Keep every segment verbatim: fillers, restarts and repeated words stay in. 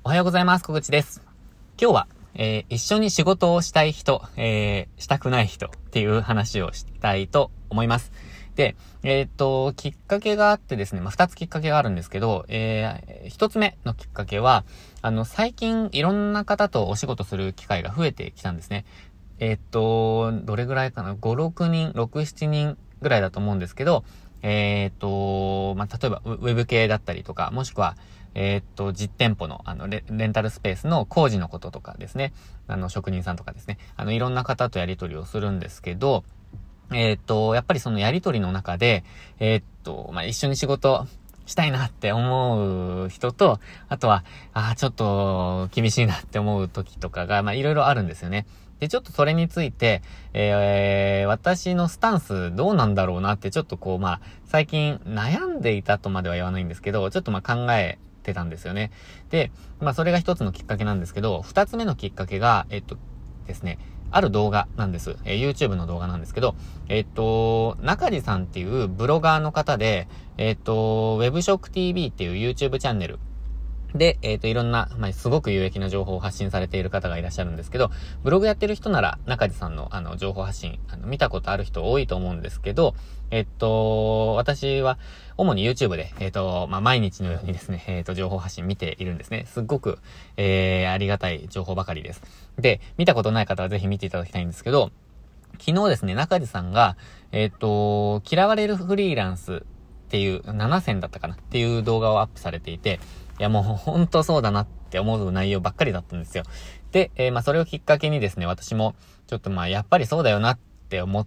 おはようございます。小口です。今日は、えー、一緒に仕事をしたい人、えー、したくない人っていう話をしたいと思います。で、えー、っと、きっかけがあってですね、まあ、二つきっかけがあるんですけど、えー、一つ目のきっかけは、あの、最近いろんな方とお仕事する機会が増えてきたんですね。えー、っと、どれぐらいかな ?ご、ろくにん、ろく、しちにんぐらいだと思うんですけど、えー、っと、まあ、例えばウェブ系だったりとか、もしくは、えー、っと、実店舗の、あのレ、レンタルスペースの工事のこととかですね。あの、職人さんとかですね。あの、いろんな方とやり取りをするんですけど、えー、っと、やっぱりそのやり取りの中で、えー、っと、まあ、一緒に仕事したいなって思う人と、あとは、ああ、ちょっと厳しいなって思う時とかが、まあ、いろいろあるんですよね。で、ちょっとそれについて、えー、私のスタンスどうなんだろうなって、ちょっとこう、まあ、最近悩んでいたとまでは言わないんですけど、ちょっとまあ考えてたんですよね。で、まあ、それが一つのきっかけなんですけど、二つ目のきっかけが、えっとですね、ある動画なんです。えー、YouTube の動画なんですけど、えっと、中地さんっていうブロガーの方で、えっと、WebShockTV っていう YouTube チャンネルで、えっと、いろんな、まあ、すごく有益な情報を発信されている方がいらっしゃるんですけど、ブログやってる人なら、中地さんの、あの、情報発信、あの、見たことある人多いと思うんですけど、えっと、私は、主に YouTube で、えっと、まあ、毎日のようにですね、えっと、情報発信見ているんですね。すっごく、えー、ありがたい情報ばかりです。で、見たことない方はぜひ見ていただきたいんですけど、昨日ですね、中地さんが、えっと、嫌われるフリーランスっていう、ななせんだったかなっていう動画をアップされていて、いやもう本当そうだなって思う内容ばっかりだったんですよ。で、えー、まあそれをきっかけにですね、私もちょっとまあやっぱりそうだよなって思って、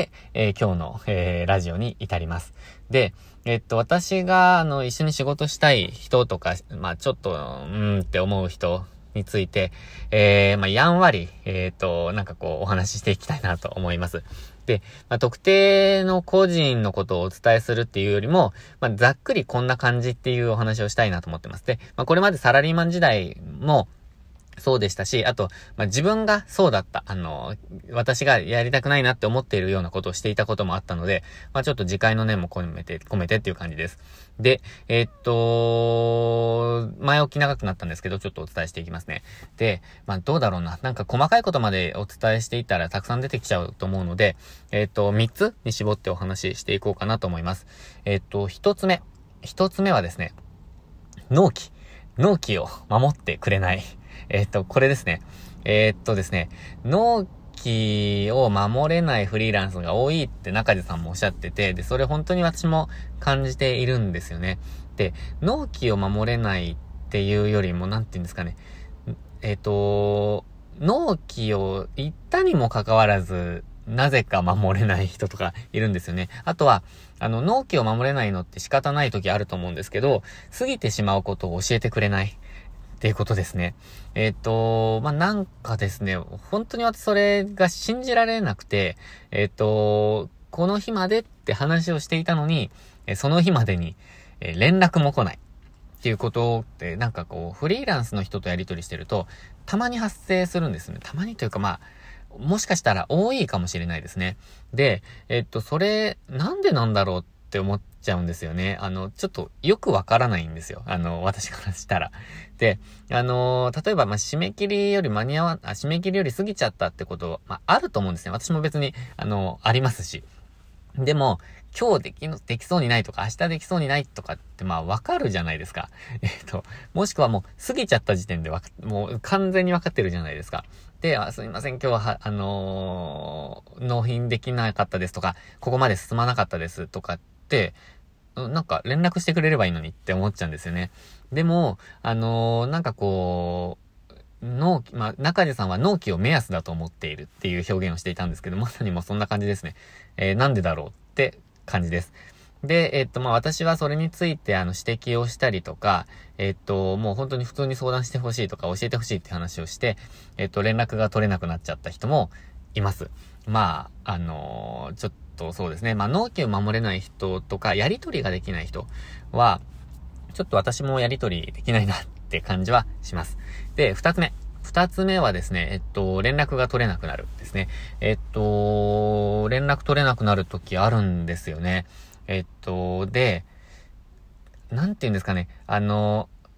えー、今日の、えー、ラジオに至ります。で、えっと私があの一緒に仕事したい人とか、まあちょっとうーんって思う人について、えー、まあやんわりえっとなんかこうお話ししていきたいなと思います。で、まあ、特定の個人のことをお伝えするっていうよりも、まあ、ざっくりこんな感じっていうお話をしたいなと思ってます。で、まあ、これまでサラリーマン時代もそうでしたし、あと、まあ、自分がそうだった、あの、私がやりたくないなって思っているようなことをしていたこともあったので、まあ、ちょっと自戒の念も込めて、込めてっていう感じです。で、えー、っと、前置き長くなったんですけど、ちょっとお伝えしていきますね。で、まあ、どうだろうな。なんか細かいことまでお伝えしていったらたくさん出てきちゃうと思うので、えー、っと、みっつに絞ってお話ししていこうかなと思います。えー、っと、ひとつめ。ひとつめはですね、納期。納期を守ってくれない。えっと、これですね。えー、っとですね、納期を守れないフリーランスが多いって中地さんもおっしゃってて、で、それ本当に私も感じているんですよね。で、納期を守れないっていうよりも、なんて言うんですかね。えー、っと、納期を言ったにもかかわらず、なぜか守れない人とかいるんですよね。あとは、あの、納期を守れないのって仕方ない時あると思うんですけど、過ぎてしまうことを教えてくれないっていうことですね。えっと、まあ、なんかですね、本当に私それが信じられなくて、えっと、この日までって話をしていたのに、その日までに連絡も来ない。っていうことって、なんかこう、フリーランスの人とやり取りしてると、たまに発生するんですね。たまにというかまあ、もしかしたら多いかもしれないですね。で、えっと、それ、なんでなんだろうって思っちゃうんですよね。あの、ちょっとよくわからないんですよ。あの、私からしたら。で、あの、例えば、まあ、締め切りより間に合わ、あ、締め切りより過ぎちゃったってこと、まあ、あると思うんですね。私も別に、あの、ありますし。でも、今日できの、できそうにないとか、明日できそうにないとかって、まあ、わかるじゃないですか。えっと、もしくはもう、過ぎちゃった時点でわか、もう完全にわかってるじゃないですか。で、あ、すいません、今日は、あのー、納品できなかったですとか、ここまで進まなかったですとかって、なんか連絡してくれればいいのにって思っちゃうんですよね。でも、あのー、なんかこう、納期、まあ、中地さんは納期を目安だと思っているっていう表現をしていたんですけど、まさにもうそんな感じですね。えー、なんでだろうって感じです。で、えっと、まあ、私はそれについて、あの、指摘をしたりとか、えっと、もう本当に普通に相談してほしいとか、教えてほしいって話をして、えっと、連絡が取れなくなっちゃった人もいます。まあ、あのー、ちょっとそうですね。まあ、納期を守れない人とか、やり取りができない人は、ちょっと私もやり取りできないなって感じはします。で、二つ目。二つ目はですね、えっと、連絡が取れなくなるですね。えっと、連絡取れなくなるときあるんですよね。えっと、で、なんて言うんですかね。あの、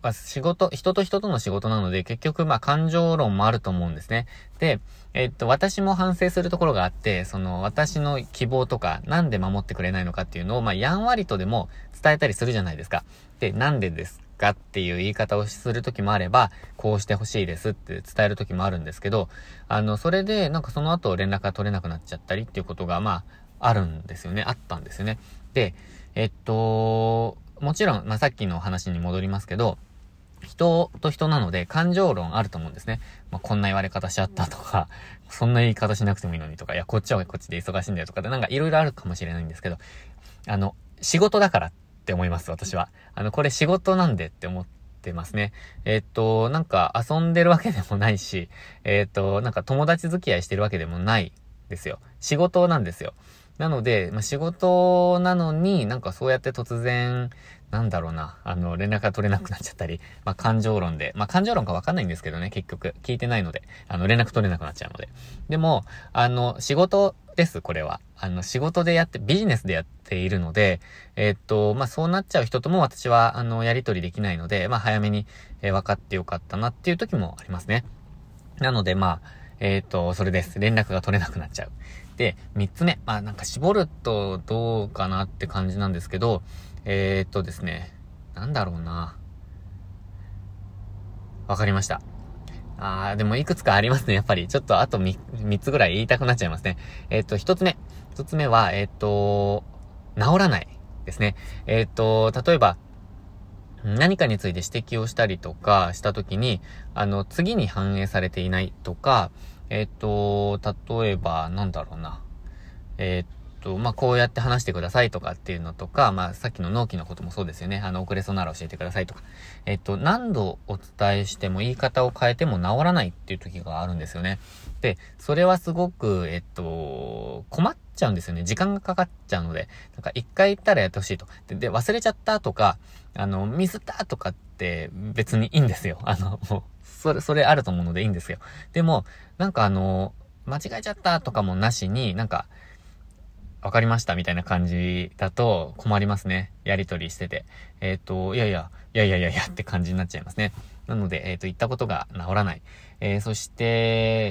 まあ、仕事、人と人との仕事なので、結局、まあ、感情論もあると思うんですね。で、えっと、私も反省するところがあって、その、私の希望とか、なんで守ってくれないのかっていうのを、まあ、やんわりとでも伝えたりするじゃないですか。で、なんでですかっていう言い方をするときもあれば、こうしてほしいですって伝えるときもあるんですけど、あの、それで、なんかその後連絡が取れなくなっちゃったりっていうことが、まあ、あるんですよね。あったんですよね。で、えっと、もちろん、まあ、さっきの話に戻りますけど、人と人なので感情論あると思うんですね。まあ、こんな言われ方しちゃったとか、そんな言い方しなくてもいいのにとか、いや、こっちはこっちで忙しいんだよとかで、なんかいろいろあるかもしれないんですけど、あの、仕事だからって思います、私は。あの、これ仕事なんでって思ってますね。えーっと、なんか遊んでるわけでもないし、えーっと、なんか友達付き合いしてるわけでもないですよ。仕事なんですよ。なので、まあ、仕事なのになんかそうやって突然、なんだろうな、あの、連絡が取れなくなっちゃったり、まあ、感情論で、まあ、感情論かわかんないんですけどね、結局。聞いてないので、あの、連絡取れなくなっちゃうので。でも、あの、仕事です、これは。あの、仕事でやって、ビジネスでやっているので、えーっと、まあ、そうなっちゃう人とも私は、あの、やり取りできないので、まあ、早めに、えー、分かってよかったなっていう時もありますね。なので、まあ、えーっと、それです。連絡が取れなくなっちゃう。で、三つ目。まあなんか絞るとどうかなって感じなんですけど、えー、っとですね、なんだろうな。わかりました。あー、でもいくつかありますね、やっぱり。ちょっとあとみ三つぐらい言いたくなっちゃいますね。えー、っと、一つ目。一つ目は、えー、っと、治らないですね。えー、っと、例えば、何かについて指摘をしたりとかしたときに、あの、次に反映されていないとか、えっと、例えば、なんだろうな。えっと、まあ、こうやって話してくださいとかっていうのとか、まあ、さっきの納期のこともそうですよね。あの、遅れそうなら教えてくださいとか。えっと、何度お伝えしても言い方を変えても治らないっていう時があるんですよね。で、それはすごく、えっと、困っちゃうんですよね。時間がかかっちゃうので。なんか、一回言ったらやってほしいと。で、で忘れちゃったとか、あの、ミスったとかって別にいいんですよ。あの、もう、それ、それあると思うのでいいんですよ。でも、なんかあの、間違えちゃったとかもなしに、なんか、わかりましたみたいな感じだと困りますね。やりとりしてて。えっと、いやいや、いやいやいやいやって感じになっちゃいますね。なので、えっと、言ったことが治らない。えー、そして、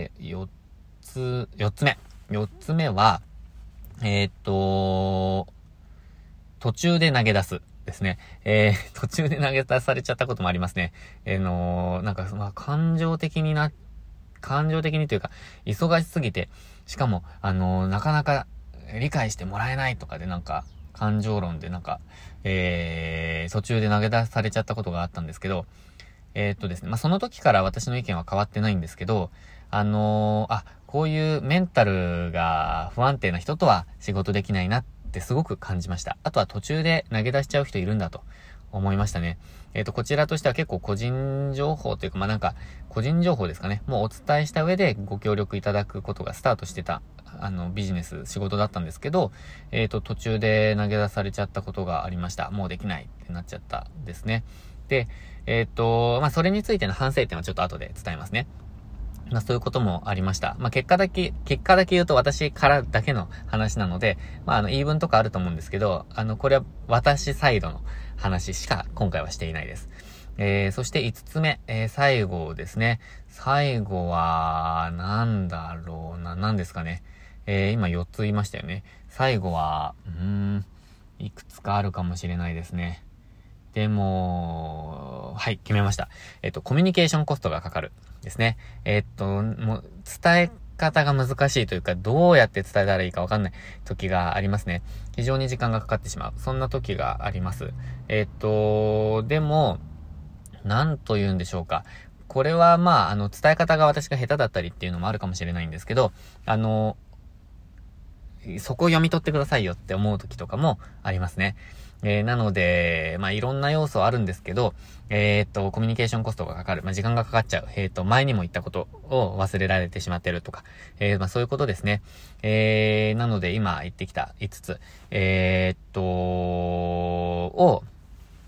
四つ、四つ目。四つ目は、えっと、途中で投げ出す。ですね。えー、途中で投げ出されちゃったこともありますね。えー、のー、なんか、まあ、感情的にな、感情的にというか、忙しすぎて、しかも、あのー、なかなか理解してもらえないとかでなんか、感情論でなんか、えー、途中で投げ出されちゃったことがあったんですけど、えー、っとですね、まあ、その時から私の意見は変わってないんですけど、あのー、あ、こういうメンタルが不安定な人とは仕事できないなってすごく感じました。あとは途中で投げ出しちゃう人いるんだと思いましたね。えっと、こちらとしては結構個人情報というか、まあ、なんか、個人情報ですかね。もうお伝えした上でご協力いただくことがスタートしてた、あの、ビジネス、仕事だったんですけど、えっと、途中で投げ出されちゃったことがありました。もうできないってなっちゃったですね。で、えっと、まあ、それについての反省点はちょっと後で伝えますね。まあ、そういうこともありました。まあ、結果だけ、結果だけ言うと私からだけの話なので、まあ、あの、言い分とかあると思うんですけど、あの、これは私サイドの話しか今回はしていないです。えー、そして五つ目、えー、最後ですね。最後は、なんだろうな、なんですかね。えー、今四つ言いましたよね。最後は、うーん、いくつかあるかもしれないですね。でも、はい、決めました。えっと、コミュニケーションコストがかかる。ですね。えっと、もう、伝え方が難しいというか、どうやって伝えたらいいかわかんない時がありますね。非常に時間がかかってしまう。そんな時があります。えっと、でも、なんと言うんでしょうか。これはまあ、あの、伝え方が私が下手だったりっていうのもあるかもしれないんですけど、あの、そこを読み取ってくださいよって思う時とかもありますね。えー、なので、まあ、いろんな要素あるんですけど、えー、っと、コミュニケーションコストがかかる。まあ、時間がかかっちゃう。えー、っと、前にも言ったことを忘れられてしまってるとか、えー、まあ、そういうことですね。えー、なので、今言ってきたいつつ、えー、っと、を、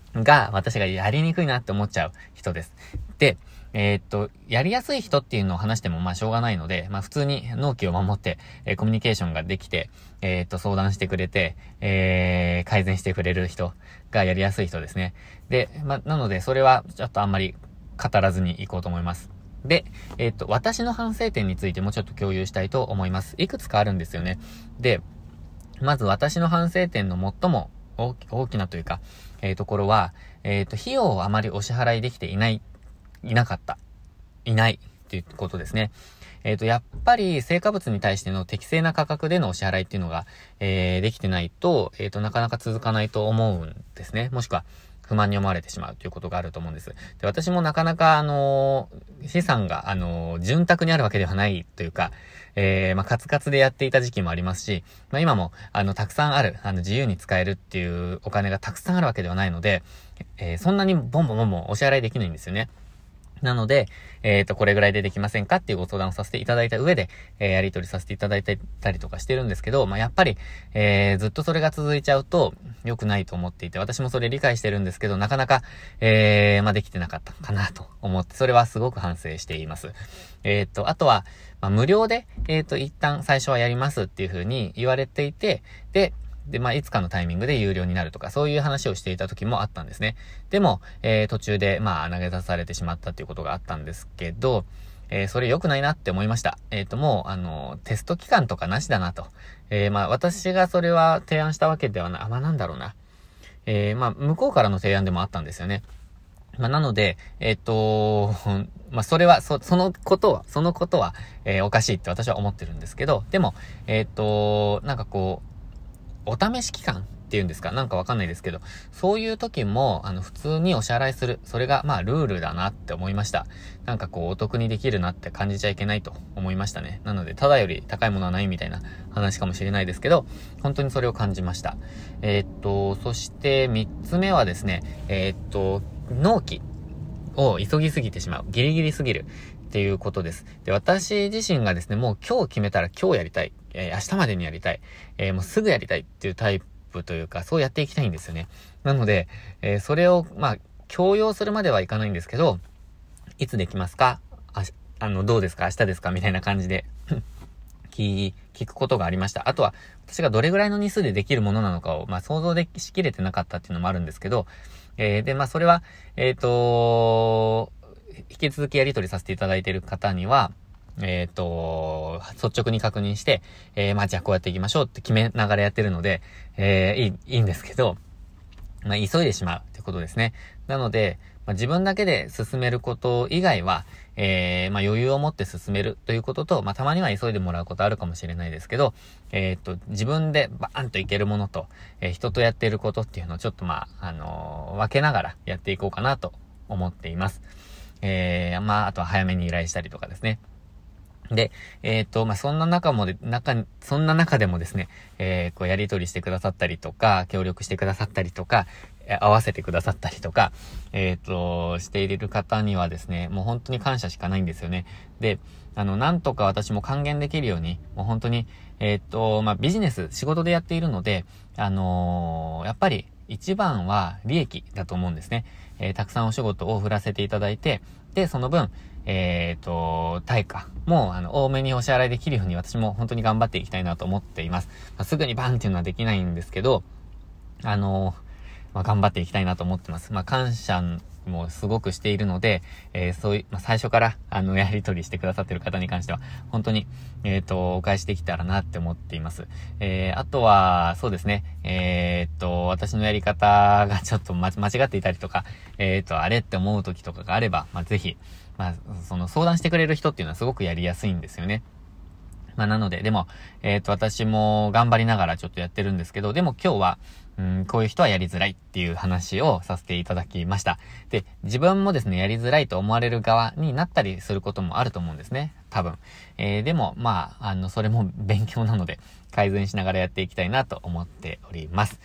が、私がやりにくいなって思っちゃう人です。で、えー、っと、やりやすい人っていうのを話してもまあしょうがないので、まあ普通に納期を守って、えー、コミュニケーションができて、えー、っと、相談してくれて、えー、改善してくれる人がやりやすい人ですね。で、まあ、なのでそれはちょっとあんまり語らずにいこうと思います。で、えー、っと、私の反省点についてもちょっと共有したいと思います。いくつかあるんですよね。で、まず私の反省点の最も大き、大きなというか、えー、ところは、えっと、費用をあまりお支払いできていない、いなかった、いないっていうことですね。えっと、やっぱり成果物に対しての適正な価格でのお支払いっていうのが、えー、できてないと、えっと、なかなか続かないと思うんですね。もしくは、不満に思われてしまうということがあると思うんです。で、私もなかなか、あのー、資産が、あのー、潤沢にあるわけではないというか、えー、まあ、カツカツでやっていた時期もありますし、まあ、今も、あの、たくさんある、あの、自由に使えるっていうお金がたくさんあるわけではないので、えー、そんなにボンボンボンボンお支払いできないんですよね。なので、えっと、これぐらいでできませんかっていうご相談をさせていただいた上で、えー、やり取りさせていただいたりとかしてるんですけど、まあ、やっぱり、えー、ずっとそれが続いちゃうと良くないと思っていて、私もそれ理解してるんですけど、なかなか、えー、まあ、できてなかったかなと思って、それはすごく反省しています。えっと、あとは、まあ、無料で、えっと、一旦最初はやりますっていう風に言われていて、で、で、まあ、いつかのタイミングで有料になるとか、そういう話をしていた時もあったんですね。でも、えー、途中で、まあ、投げ出されてしまったっていうことがあったんですけど、えー、それ良くないなって思いました。えっと、もう、あの、テスト期間とかなしだなと。えー、まあ、私がそれは提案したわけではない、あ、まあ、なんだろうな。えー、まあ、向こうからの提案でもあったんですよね。まあ、なので、えっと、まあ、それは、そ、そのことは、そのことは、えー、おかしいって私は思ってるんですけど、でも、えっと、なんかこう、お試し期間っていうんですか、なんかわかんないですけど、そういう時も、あの、普通にお支払いする。それが、まあ、ルールだなって思いました。なんかこう、お得にできるなって感じちゃいけないと思いましたね。なので、ただより高いものはないみたいな話かもしれないですけど、本当にそれを感じました。えー、っと、そして三つ目はですね、えー、っと、納期を急ぎすぎてしまう。ギリギリすぎる。っていうことです。で、私自身がですね、もう今日決めたら今日やりたい。えー、明日までにやりたい。えー、もうすぐやりたいっていうタイプというか、そうやっていきたいんですよね。なので、えー、それを、まあ、強要するまではいかないんですけど、いつできますか？あ、あの、どうですか？明日ですか？みたいな感じで聞、聞くことがありました。あとは、私がどれぐらいの日数でできるものなのかを、まあ、想像でしきれてなかったっていうのもあるんですけど、えー、で、まあ、それは、えっと、引き続きやり取りさせていただいている方には、えっと、率直に確認して、えー、まあ、じゃあこうやっていきましょうって決めながらやってるので、えー、いい、いいんですけど、まあ、急いでしまうってことですね。なので、まあ、自分だけで進めること以外は、えー、まあ、余裕を持って進めるということと、まあ、たまには急いでもらうことあるかもしれないですけど、えー、っと、自分でバーンといけるものと、えー、人とやっていることっていうのをちょっとまあ、あのー、分けながらやっていこうかなと思っています。えー、まあ、あとは早めに依頼したりとかですね。で、えっと、まあ、そんな中もで、中に、そんな中でもですね、えー、こうやり取りしてくださったりとか、協力してくださったりとか、合わせてくださったりとか、えっと、している方にはですね、もう本当に感謝しかないんですよね。で、あの、なんとか私も還元できるように、もう本当に、えっと、まあ、ビジネス、仕事でやっているので、あのー、やっぱり、一番は利益だと思うんですね。えー、たくさんお仕事を振らせていただいて、で、その分、えっと、対価も、あの、多めにお支払いできるように私も本当に頑張っていきたいなと思っています。まあ、すぐにバンっていうのはできないんですけど、あのー、まあ、頑張っていきたいなと思ってます。まあ、感謝もすごくしているので、えー、そういう、まあ、最初から、あの、やり取りしてくださっている方に関しては、本当に、えっと、お返しできたらなって思っています。えー、あとは、そうですね、えー、っと、私のやり方がちょっと間違っていたりとか、えー、っと、あれって思う時とかがあれば、まあ、ぜひ、まあ、その相談してくれる人っていうのはすごくやりやすいんですよね。まあ、なので、でも、えっと、私も頑張りながらちょっとやってるんですけど、でも今日は、うん、こういう人はやりづらいっていう話をさせていただきました。で、自分もですね、やりづらいと思われる側になったりすることもあると思うんですね。多分。えー、でも、まあ、あの、それも勉強なので、改善しながらやっていきたいなと思っております。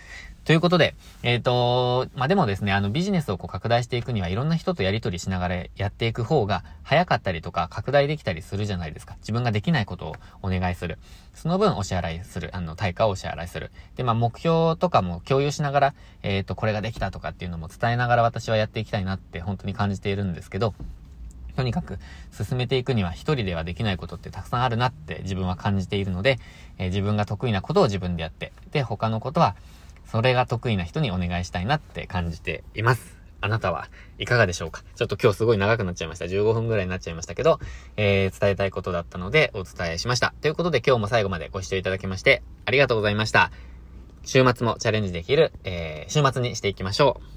ということで、えっと、まあ、でもですね、あのビジネスをこう拡大していくにはいろんな人とやり取りしながらやっていく方が早かったりとか拡大できたりするじゃないですか。自分ができないことをお願いする。その分お支払いする。あの、対価をお支払いする。で、まあ、目標とかも共有しながら、えっと、これができたとかっていうのも伝えながら私はやっていきたいなって本当に感じているんですけど、とにかく進めていくには一人ではできないことってたくさんあるなって自分は感じているので、えー、自分が得意なことを自分でやって、で、他のことはそれが得意な人にお願いしたいなって感じています。あなたはいかがでしょうか？ちょっと今日すごい長くなっちゃいました。じゅうごふんぐらいになっちゃいましたけど、えー、伝えたいことだったのでお伝えしました。ということで今日も最後までご視聴いただきましてありがとうございました。週末もチャレンジできる、えー、週末にしていきましょう。